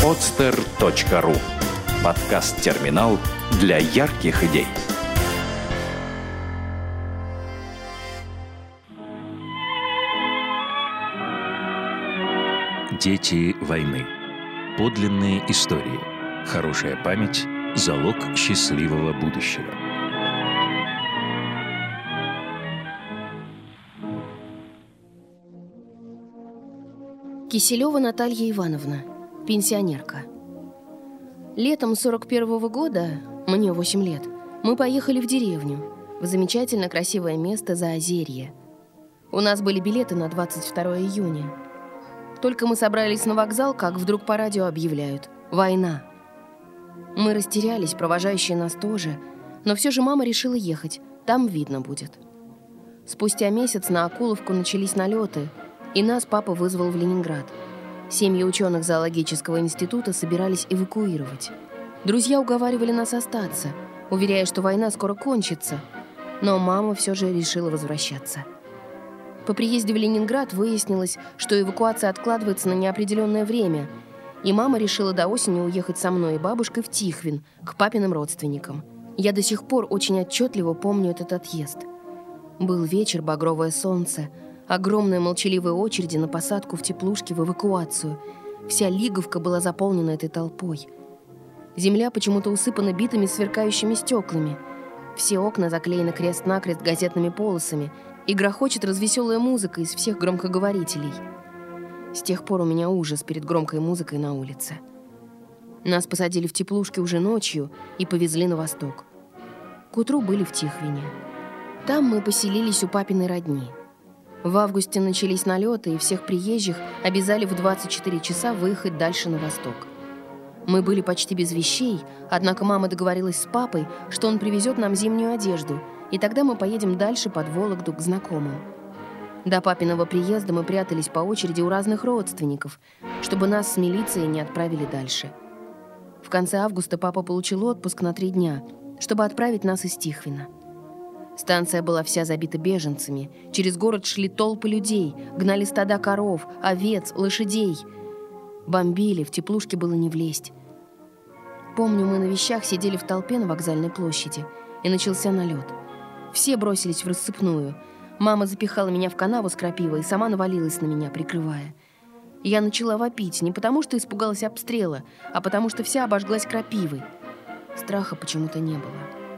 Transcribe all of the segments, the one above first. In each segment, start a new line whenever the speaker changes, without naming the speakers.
podster.ru. Подкаст-терминал для ярких идей. Дети войны. Подлинные истории. Хорошая память – залог счастливого будущего.
Киселева Наталья Ивановна, пенсионерка. Летом 41-го года, мне 8 лет, мы поехали в деревню, в замечательно красивое место Заозерье. У нас были билеты на 22 июня. Только мы собрались на вокзал, как вдруг по радио объявляют «Война». Мы растерялись, провожающие нас тоже, но все же мама решила ехать, там видно будет. Спустя месяц на Акуловку начались налеты, и нас папа вызвал в Ленинград. Семьи ученых зоологического института собирались эвакуировать. Друзья уговаривали нас остаться, уверяя, что война скоро кончится, но мама все же решила возвращаться. По приезде в Ленинград выяснилось, что эвакуация откладывается на неопределенное время, и мама решила до осени уехать со мной и бабушкой в Тихвин, к папиным родственникам. Я до сих пор очень отчетливо помню этот отъезд. Был вечер, багровое солнце, огромные молчаливые очереди на посадку в теплушке в эвакуацию. Вся Лиговка была заполнена этой толпой. Земля почему-то усыпана битыми сверкающими стеклами. Все окна заклеены крест-накрест газетными полосами, и грохочет развеселая музыка из всех громкоговорителей. С тех пор у меня ужас перед громкой музыкой на улице. Нас посадили в теплушке уже ночью и повезли на восток. К утру были в Тихвине. Там мы поселились у папиной родни. В августе начались налеты, и всех приезжих обязали в 24 часа выехать дальше на восток. Мы были почти без вещей, однако мама договорилась с папой, что он привезет нам зимнюю одежду, и тогда мы поедем дальше под Вологду к знакомым. До папиного приезда мы прятались по очереди у разных родственников, чтобы нас с милицией не отправили дальше. В конце августа папа получил отпуск на 3 дня, чтобы отправить нас из Тихвина. Станция была вся забита беженцами. Через город шли толпы людей, гнали стада коров, овец, лошадей. Бомбили, в теплушке было не влезть. Помню, мы на вещах сидели в толпе на вокзальной площади, и начался налет. Все бросились в рассыпную. Мама запихала меня в канаву с крапивой и сама навалилась на меня, прикрывая. Я начала вопить не потому, что испугалась обстрела, а потому, что вся обожглась крапивой. Страха почему-то не было.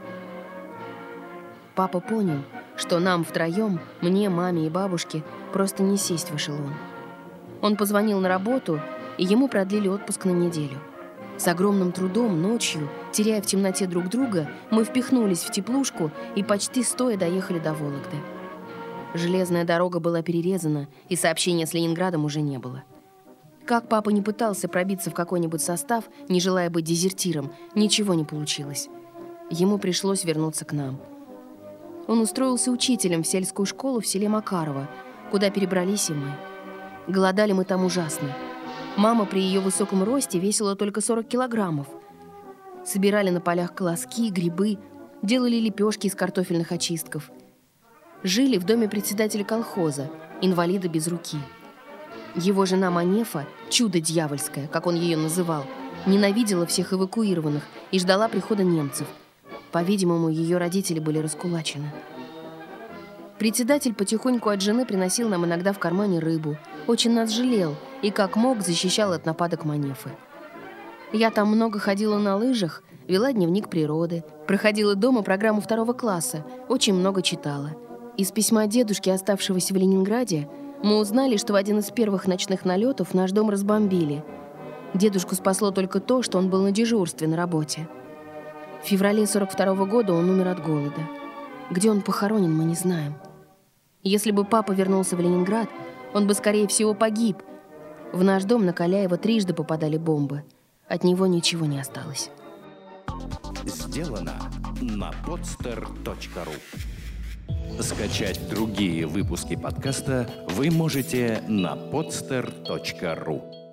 Папа понял, что нам втроем, мне, маме и бабушке, просто не сесть в эшелон. Он позвонил на работу, и ему продлили отпуск на неделю. С огромным трудом ночью, теряя в темноте друг друга, мы впихнулись в теплушку и почти стоя доехали до Вологды. Железная дорога была перерезана, и сообщения с Ленинградом уже не было. Как папа не пытался пробиться в какой-нибудь состав, не желая быть дезертиром, ничего не получилось. Ему пришлось вернуться к нам. Он устроился учителем в сельскую школу в селе Макарово, куда перебрались и мы. Голодали мы там ужасно. Мама при ее высоком росте весила только 40 килограммов. Собирали на полях колоски, грибы, делали лепешки из картофельных очистков. Жили в доме председателя колхоза, инвалида без руки. Его жена Манефа, чудо дьявольское, как он ее называл, ненавидела всех эвакуированных и ждала прихода немцев. По-видимому, ее родители были раскулачены. Председатель потихоньку от жены приносил нам иногда в кармане рыбу, очень нас жалел и как мог защищал от нападок Манефы. Я там много ходила на лыжах, вела дневник природы, проходила дома программу 2 класса, очень много читала. Из письма дедушки, оставшегося в Ленинграде, мы узнали, что в один из первых ночных налетов наш дом разбомбили. Дедушку спасло только то, что он был на дежурстве на работе. В феврале 42-го года он умер от голода. Где он похоронен, мы не знаем. Если бы папа вернулся в Ленинград, он бы, скорее всего, погиб. В наш дом на Каляева 3 попадали бомбы. От него ничего не осталось.
Сделано на podster.ru. Скачать другие выпуски подкаста вы можете на podster.ru.